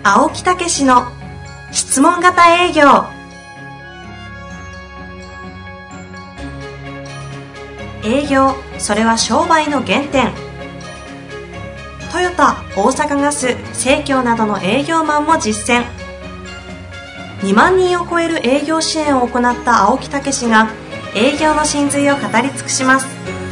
青木武の質問型営業。営業、それは商売の原点。トヨタ、大阪ガス、生協などの営業マンも実践。2万人を超える営業支援を行った青木武が営業の真髄を語り尽くします。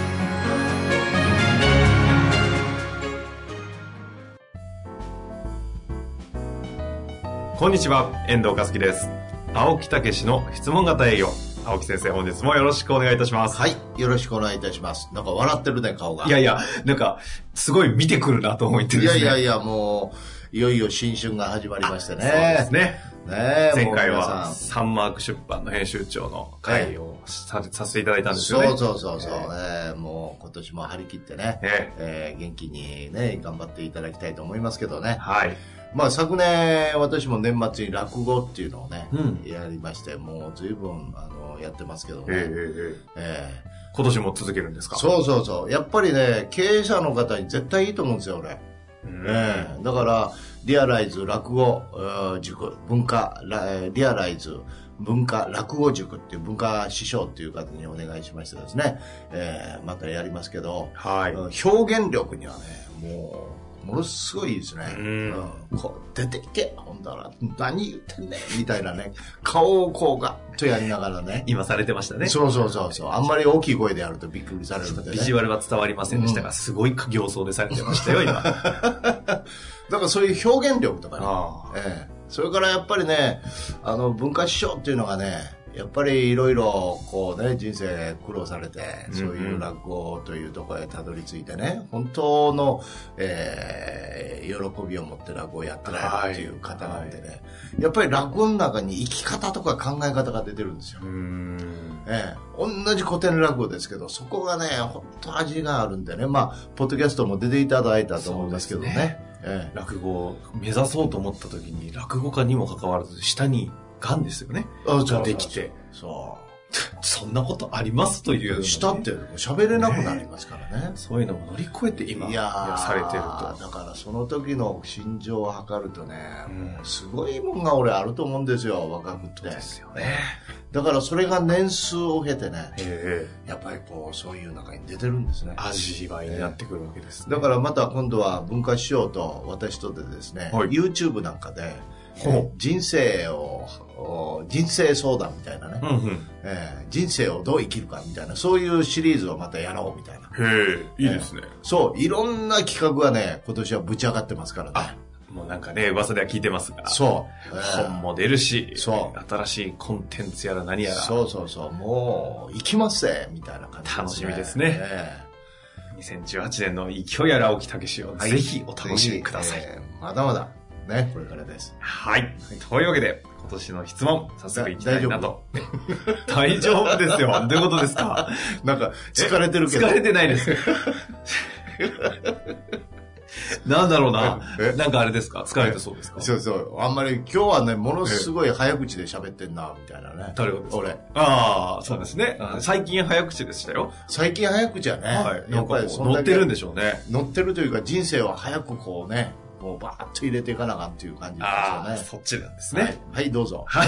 こんにちは、遠藤和樹です。青木武の質問型営業。青木先生、本日もよろしくお願いいたします。 はい、よろしくお願いいたします。なんか笑ってるね、顔が。 いやいや、なんかすごい見てくるなと思ってですね。 いやもういよいよ新春が始まりましてね。 そうですね。前回もうはサンマーク出版の編集長の会をさせていただいたんですよね。 そう、もう今年も張り切ってね、元気にね頑張っていただきたいと思いますけどね。 はい。 まあ昨年私も年末に落語っていうのをね、やりまして、もう随分やってますけどね。 今年も続けるんですか？ そう。やっぱりね、経営者の方に絶対いいと思うんですよ、俺。だからリアライズ落語塾リアライズ文化落語塾っていう文化師匠っていう方にお願いしましてですね、またやりますけど、 はい、 表現力にはねものすごいですね。こう出ていけ、ほんだら何言ってんねんみたいなね、顔をこうガッとやりながらね。 今されてましたね。 そう。あんまり大きい声でやるとびっくりされるのでね。 ビジュアルは伝わりませんでしたが、すごい形相でされてましたよ、今。 だからそういう表現力とかね。それからやっぱりね、文化師匠っていうのがね、やっぱりいろいろこうね、人生苦労されて、そういう落語というところへたどり着いてね、本当の、喜びを持って落語をやってられるっていう方なんでね、やっぱり落語の中に生き方とか考え方が出てるんですよ。同じ古典落語ですけど、そこがね、本当味があるんでね、まあ、ポッドキャストも出ていただいたと思うんですけどね。 落語を目指そうと思った時に、落語家にもかかわらず、下にガンですよね。できて。そんなことありますという。 下って喋れなくなりますからね。 そういうのも乗り越えて今、されてると。 だからその時の心情を測るとね、すごいもんが俺あると思うんですよ、若くって。 そうですよね。 だからそれが年数を経てね、やっぱりこう、そういう中に出てるんですね。 味わいになってくるわけですね。 だからまた今度は文化師匠と私とでですね、YouTube なんかで、人生相談みたいなね、人生をどう生きるかみたいな、そういうシリーズをまたやろうみたいな。 いいですね。 そう、いろんな企画がね、今年はぶち上がってますからね。 もうなんかね、噂では聞いてますが。本も出るし、新しいコンテンツやら何やら。 もう、行きますぜみたいな感じですね。 楽しみですね。2018年の勢いある青木武をぜひお楽しみください。 まだまだ。ね、これからです。 はい。というわけで、今年の質問、早速いきたいなと。大丈夫ですよ。どういうことですか？ なんか、疲れてるけど。 疲れてないです。なんだろうな。なんかあれですか？疲れてそうですか？ そう。あんまり今日はね、ものすごい早口で喋ってんな、みたいなね。 誰がですか？ 俺。 そうですね。最近早口でしたよ。 最近早口はね。 やっぱり乗ってるんでしょうね。 乗ってるというか、人生は早くこうね、もうバーッと入れていかなあかんっていう感じですよね。 そっちなんですね。 はい、どうぞ。 はい。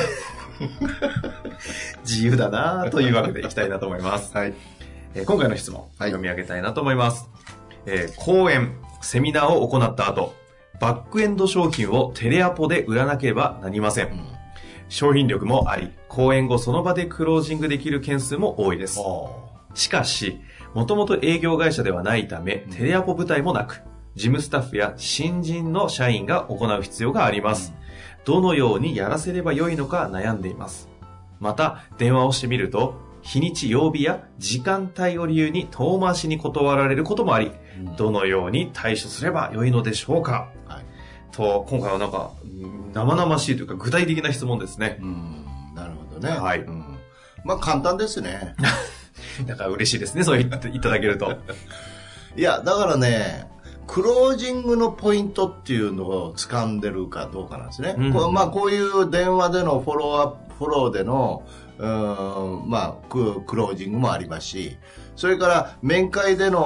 自由だなというわけでいきたいなと思います。今回の質問、読み上げたいなと思います。講演、セミナーを行った後、バックエンド商品をテレアポで売らなければなりません。商品力もあり、講演後その場でクロージングできる件数も多いです。しかし、もともと営業会社ではないため、テレアポ部隊もなく、事務スタッフや新人の社員が行う必要があります。どのようにやらせればよいのか悩んでいます。また、電話をしてみると、日にち曜日や時間帯を理由に遠回しに断られることもあり、どのように対処すればよいのでしょうか、と、今回はなんか、生々しいというか具体的な質問ですね。 なるほどね。まあ簡単ですね。 だから嬉しいですね、そう言っていただけると。 いや、だからね、クロージングのポイントっていうのを掴んでるかどうかなんですね。まあこういう電話でのフォローでのまあクロージングもありますし、それから面会での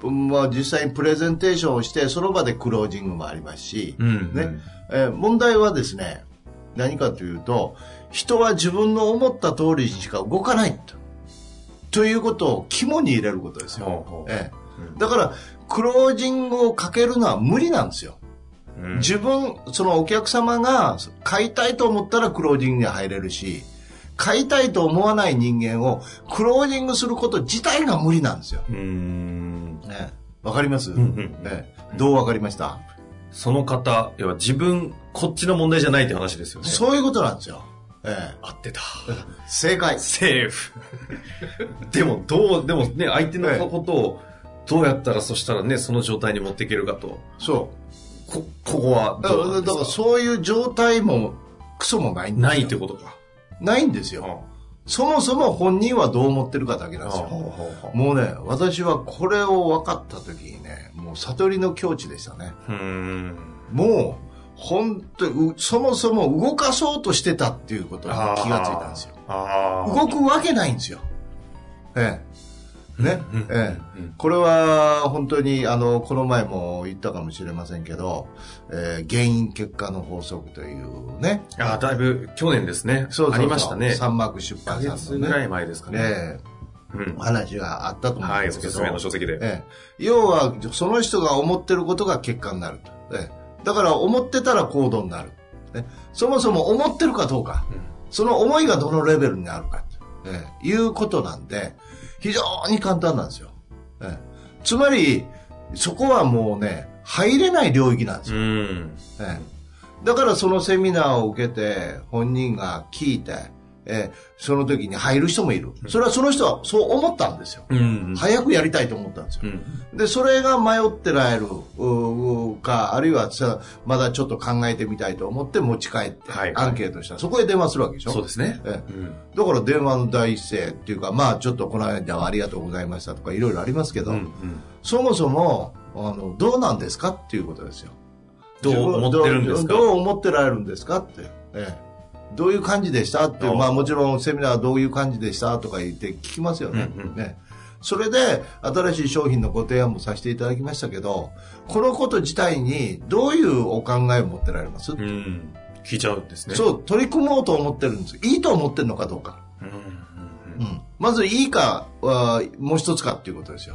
まあ、実際にプレゼンテーションをしてその場でクロージングもありますし、 うんね問題はですね何かというと人は自分の思った通りにしか動かないということを肝に入れることですよ、 ほうほうだからクロージングをかけるのは無理なんですよ、自分そのお客様が買いたいと思ったらクロージングに入れるし買いたいと思わない人間をクロージングすること自体が無理なんですよ。わかります、どうわかりました？ その方、要は自分、こっちの問題じゃないって話ですよね。 そういうことなんですよ。 合ってた。 正解。 セーフ。でもね、相手のことをどうやったらそしたらね、その状態に持っていけるかと。 そう。 ここはどうなんですか？ だからそういう状態もクソもないんですよ。 ないってことか。 ないんですよ。そもそも本人はどう思ってるかだけなんですよ。もうね、私はこれを分かった時にね、もう悟りの境地でしたね。もう、本当に、そもそも動かそうとしてたっていうことに気がついたんですよ。動くわけないんですよ。ね。これは本当にこの前も言ったかもしれませんけど、原因結果の法則というね。 だいぶ去年ですね。 そうありましたね。 三幕出版さんのね。 ぐらい前ですかね。 話があったと思うんですけど。 おすすめの書籍で。 要はその人が思ってることが結果になると。だから思ってたら行動になる。そもそも思ってるかどうか。その思いがどのレベルにあるかということなんで。非常に簡単なんですよ。つまり、そこはもうね、入れない領域なんですよ。だからそのセミナーを受けて、本人が聞いて、その時に入る人もいる。それはその人はそう思ったんですよ。早くやりたいと思ったんですよ。で、それが迷ってられるか、あるいはまだちょっと考えてみたいと思って持ち帰って、アンケートしたら、そこへ電話するわけでしょ。 そうですね。 だから電話の第一声っていうか、まあちょっとこの間はありがとうございましたとかいろいろありますけど、そもそも、どうなんですかっていうことですよ。 どう思ってるんですか？ どう思ってられるんですかって。どういう感じでしたって、まあもちろんセミナーはどういう感じでしたとか言って聞きますよね。それで新しい商品のご提案もさせていただきましたけど、このこと自体にどういうお考えを持ってられます？ 聞いちゃうんですね。 そう、取り組もうと思ってるんです。いいと思ってるのかどうか。まずいいかはもう一つかっていうことですよ。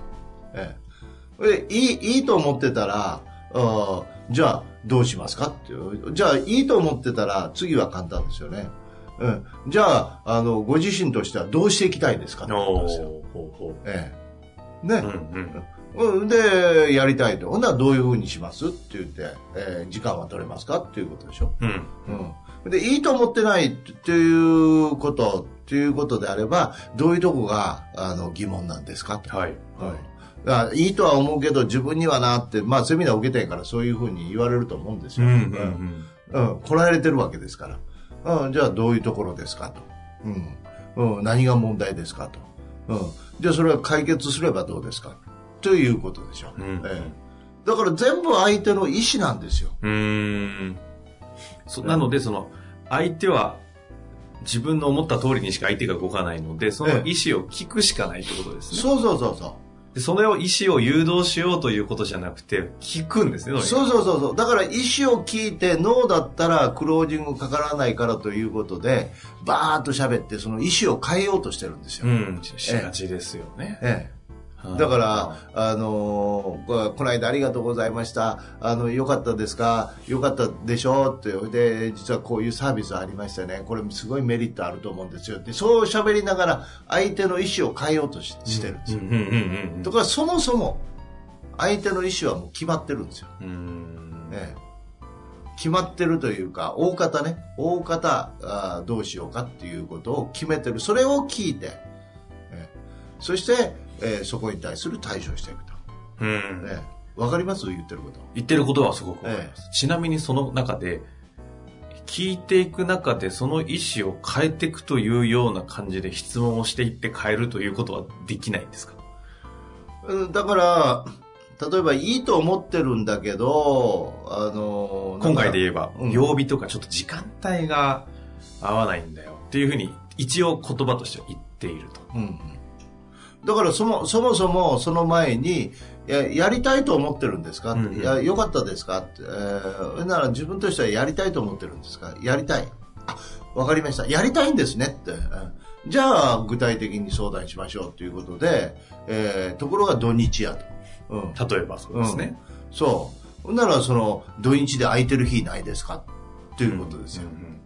いいと思ってたら、じゃあどうしますかっていう。じゃあいいと思ってたら次は簡単ですよね。じゃあ、ご自身としてはどうしていきたいですかってことですよ。ね。で、やりたいと。ほんならどういうふうにしますって言って、時間は取れますかっていうことでしょ。で、いいと思ってないっていうことであれば、どういうとこが疑問なんですかと。いいとは思うけど自分にはなって、まあセミナー受けたいからそういうふうに言われると思うんですよ。来られてるわけですから。じゃあどういうところですかと。何が問題ですかと。じゃあそれは解決すればどうですかということでしょ。だから全部相手の意思なんですよ。 なので相手は自分の思った通りにしか相手が動かないので、その意思を聞くしかないってことですね。 そう。 でその意思を誘導しようということじゃなくて、聞くんですね。 そう。だから意思を聞いて、ノーだったらクロージングかからないからということで、バーッと喋って、その意思を変えようとしてるんですよ。 しがちですよね。 だから、この間ありがとうございました。よかったですか？よかったでしょって。で、実はこういうサービスありましたね。これすごいメリットあると思うんですよって。そう喋りながら相手の意思を変えようとしてるんですよ。だからそもそも相手の意思はもう決まってるんですよ。決まってるというか、大方どうしようかっていうことを決めてる。それを聞いて、そして、そこに対する対処をしていくと。わかります？言ってること。 言ってることはすごくわかります。ちなみにその中で、聞いていく中でその意思を変えていくというような感じで質問をしていって変えるということはできないんですか？ だから、例えばいいと思ってるんだけど、 今回で言えば、曜日とかちょっと時間帯が合わないんだよっていうふうに一応言葉としては言っていると。 だからそもそもその前にやりたいと思ってるんですか、 うんうん、 よかったですかって、なら自分としてはやりたいと思ってるんですか、やりたい。わかりました。やりたいんですねって。じゃあ、具体的に相談しましょうということで、ところが土日やと。 例えばそうですね。 そう。なら、土日で空いてる日ないですかっていうことですよ。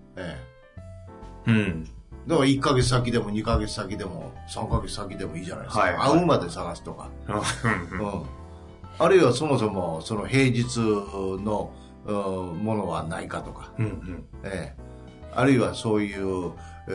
だから1ヶ月先でも2ヶ月先でも3ヶ月先でもいいじゃないですか。会うまで探すとか。あるいはそもそもその平日のものはないかとか。あるいはそういう、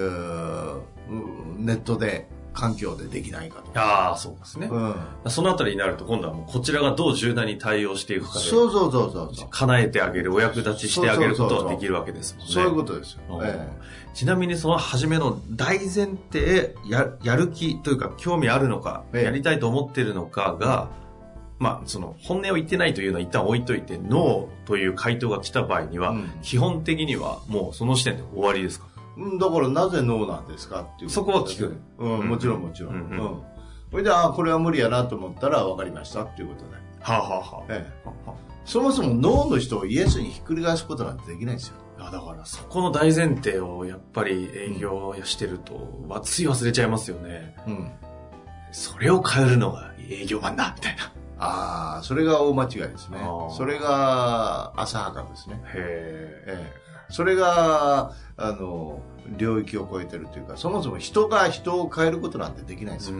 ネットで環境でできないかとか。 ああ、そうですね。そのあたりになると今度はもうこちらがどう柔軟に対応していくかで。 そう。 叶えてあげる、お役立ちしてあげることができるわけですもんね。 そういうことですよ。 ちなみにその初めの大前提、やる気というか興味あるのか、やりたいと思ってるのかが、まあその本音を言ってないというのは一旦置いといて、ノーという回答が来た場合には、基本的にはもうその時点で終わりですか？ だからなぜノーなんですかっていう、 そこは聞く。 もちろん。それで、これは無理やなと思ったら分かりましたっていうことで。そもそもノーの人をイエスにひっくり返すことなんてできないですよ。 だからそこの大前提をやっぱり営業してると、つい忘れちゃいますよね。それを変えるのが営業マンだみたいな。 それが大間違いですね。それが浅はかですね。それが領域を超えてるというか、そもそも人が人を変えることなんてできないですよ。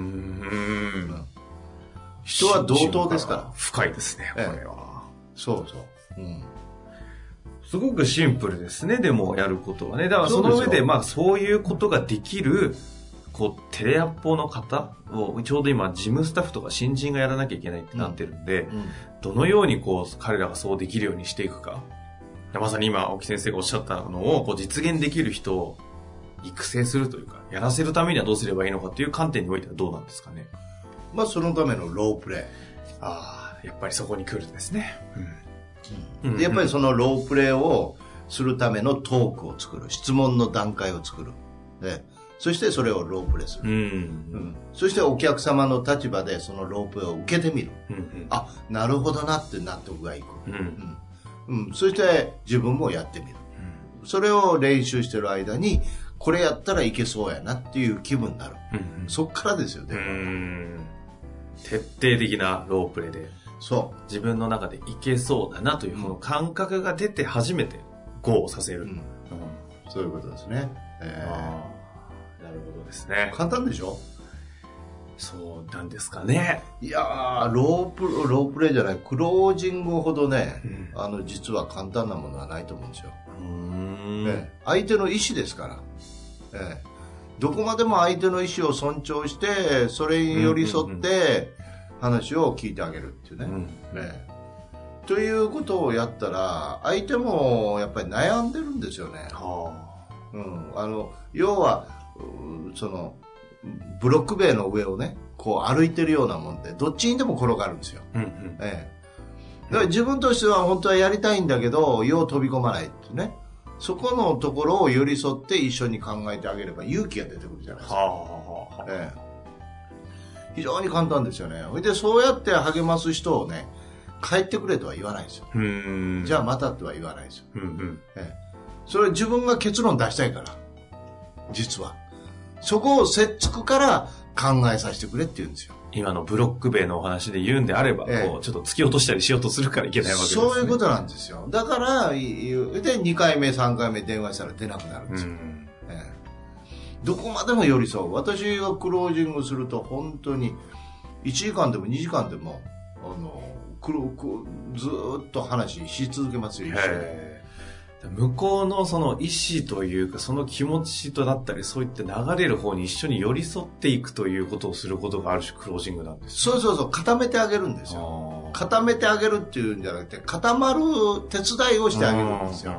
人は同等ですから。 深いですね、これは。 そう。 すごくシンプルですね、でもやることはね。だからその上で、そういうことができる、テレアポの方を、ちょうど今、事務スタッフとか新人がやらなきゃいけないってなってるんで、どのように彼らがそうできるようにしていくか。まさに今、青木先生がおっしゃったのを、実現できる人を育成するというか、やらせるためにはどうすればいいのかという観点においてはどうなんですかね。 そのためのロープレイ。やっぱりそこに来るんですね。 でやっぱりそのロープレイをするためのトークを作る、質問の段階を作る。そしてそれをロープレイする。そしてお客様の立場でそのロープレイを受けてみる。なるほどなって納得がいく。そして自分もやってみる。それを練習してる間に、これやったらいけそうやなっていう気分になる。そっからですよね。 徹底的なロープレイで。自分の中でいけそうだなというこの感覚が出て初めて GO をさせる。 そういうことですね。 なるほどですね。 簡単でしょ？ そうなんですかね。 いやー、ロープレイじゃない、クロージングほどね、実は簡単なものはないと思うんですよ。相手の意思ですから。どこまでも相手の意思を尊重して、それに寄り添って、話を聞いてあげるっていうね。ということをやったら、相手もやっぱり悩んでるんですよね。要は、ブロック塀の上をね、歩いてるようなもんで、どっちにでも転がるんですよ。だから自分としては本当はやりたいんだけど、よう飛び込まないってね。そこのところを寄り添って一緒に考えてあげれば勇気が出てくるじゃないですか。非常に簡単ですよね。で、そうやって励ます人をね、帰ってくれとは言わないですよ。じゃあまたとは言わないですよ。それは自分が結論出したいから、実は。そこをせっつくから考えさせてくれって言うんですよ。 今のブロック塀のお話で言うんであれば、ちょっと突き落としたりしようとするからいけないわけですね。 そういうことなんですよ。だから、で、2回目、3回目電話したら出なくなるんですよ。どこまでも寄り添う。私がクロージングすると本当に1時間でも2時間でもずーっと話し続けますよ、一緒に。 向こうのその意思というかその気持ちとなったりそういった流れる方に一緒に寄り添っていくということをすることがある種クロージングなんです、ね、 そう固めてあげるんですよ。固めてあげるっていうんじゃなくて固まる手伝いをしてあげるんですよ。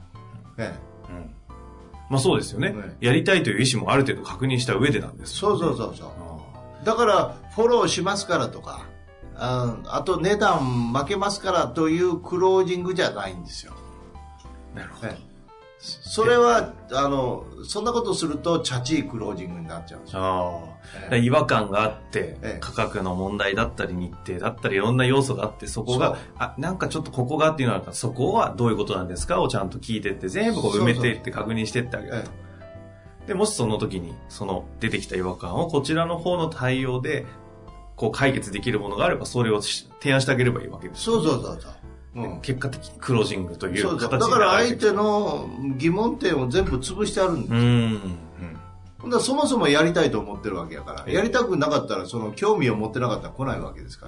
まあそうですよね、やりたいという意思もある程度確認した上でなんです、ね、 そうだからフォローしますからとかあと値段負けますからというクロージングじゃないんですよ。 なるほど。 それはそんなことするとチャチいクロージングになっちゃうんですよ。 違和感があって、価格の問題だったり日程だったりいろんな要素があって、そこがなんかちょっとここがっていうのはそこはどういうことなんですかをちゃんと聞いてって全部こう埋めていって確認していってあげると。でもしその時にその出てきた違和感をこちらの方の対応でこう解決できるものがあればそれを提案してあげればいいわけです、ね。そう。結果的にクロージングという形で。 だから相手の疑問点を全部潰してあるんですよ。だそもそもやりたいと思ってるわけやから、やりたくなかったらその興味を持ってなかったら来ないわけですから、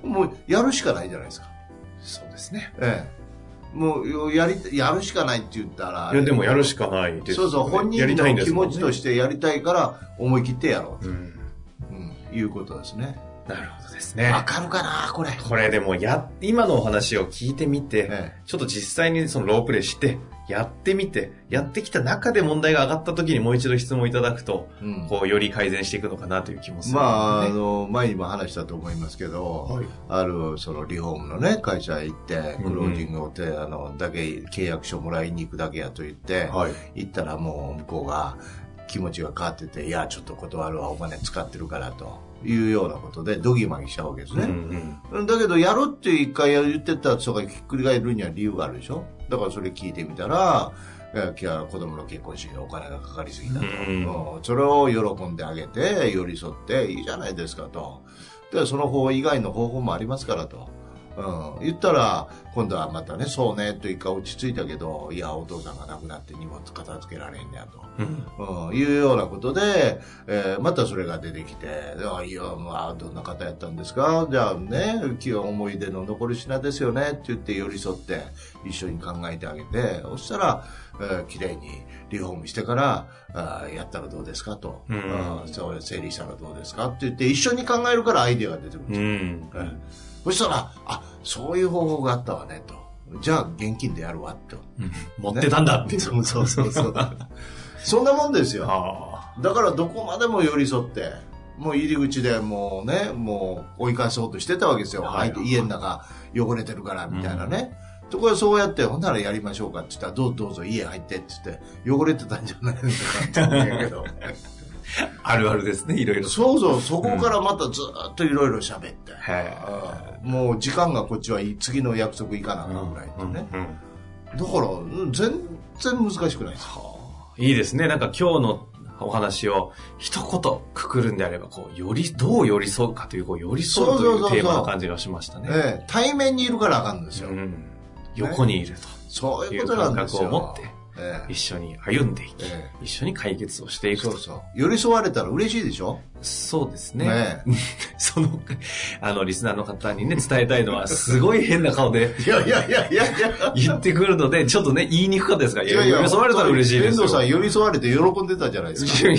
もうやるしかないじゃないですか。 そうですね。 もうやるしかないって言ったら、 いやでもやるしかないです、ね。 本人の気持ちとしてやりたいから思い切ってやろうと、いうことですね。 なるほどですね。 わかるかなこれ。 これでも今のお話を聞いてみて、ちょっと実際にそのロープレイしてやってみて、やってきた中で問題が上がった時にもう一度質問いただくと、こうより改善していくのかなという気もする、ね。 前にも話したと思いますけど、あるそのリフォームのね会社行ってクロージングをだけ契約書もらいに行くだけやと言って、行ったらもう向こうが気持ちが変わってて、いやちょっと断るわお金使ってるからと。いうようなことでドギマギしちゃうわけですね、だけどやるって一回言ってた人がひっくり返るには理由があるでしょ。だからそれ聞いてみたら、子供の結婚式にお金がかかりすぎたと、それを喜んであげて寄り添っていいじゃないですかと。でその方以外の方法もありますからと、言ったら今度はまたねそうねと一回落ち着いたけど、いやお父さんが亡くなって荷物片付けられんねやと、いうようなことで、またそれが出てきて、いやどんな方やったんですか、じゃあね思い出の残る品ですよねって言って寄り添って一緒に考えてあげて、そしたらきれいにリフォームしてからやったらどうですかと、そう整理したらどうですかって言って一緒に考えるからアイデアが出てくるんですよ、そしたらそういう方法があったわねと、じゃあ現金でやるわと、 持ってたんだって、 そうそんなもんですよ。だからどこまでも寄り添ってもう入り口でもう追い返そうとしてたわけですよ、家の中汚れてるからみたいなね、ところそうやってほんならやりましょうかって言ったらどうぞ家入ってって言って汚れてたんじゃないのかって思うんやけどあるあるですね、いろいろ。 そこからまたずっといろいろ喋って、もう時間がこっちは次の約束行かなあかんぐらいってね、だから全然難しくないです。 いいですね。なんか今日のお話を一言くくるんであれば、どう寄り添うかという、寄り添うというテーマの感じがしましたね。対面にいるからあかんですよ。 横にいると。 そういうことなんですよ。 感覚を持って、一緒に歩んでいき、一緒に解決をしていくと。 寄り添われたら嬉しいでしょ。 そうですね。リスナーの方にね、伝えたいのは、すごい変な顔で、言ってくるので、ちょっとね、言いにくかったですが、寄り添われたら嬉しいですよ。 遠藤さん寄り添われて喜んでたじゃないですか。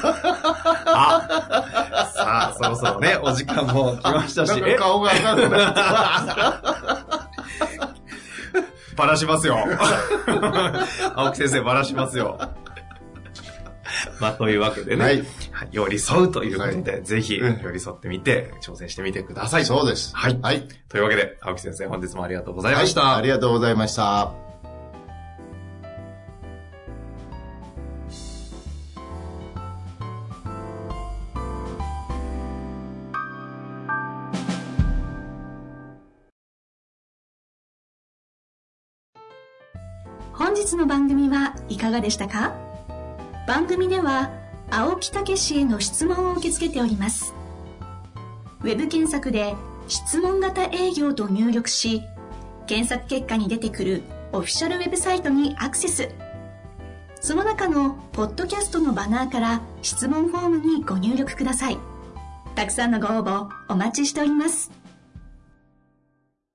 さあ、そろそろね、お時間も来ましたし。 なんか顔が赤くなってバラしますよ。青木先生バラしますよ。というわけでね、寄り添うということで、ぜひ寄り添ってみて、挑戦してみてください。 そうです。 はい。というわけで、青木先生本日もありがとうございました。 ありがとうございました。 本日の番組はいかがでしたか？番組では青木武氏への質問を受け付けております。ウェブ検索で質問型営業と入力し、検索結果に出てくるオフィシャルウェブサイトにアクセス。その中のポッドキャストのバナーから質問フォームにご入力ください。たくさんのご応募お待ちしております。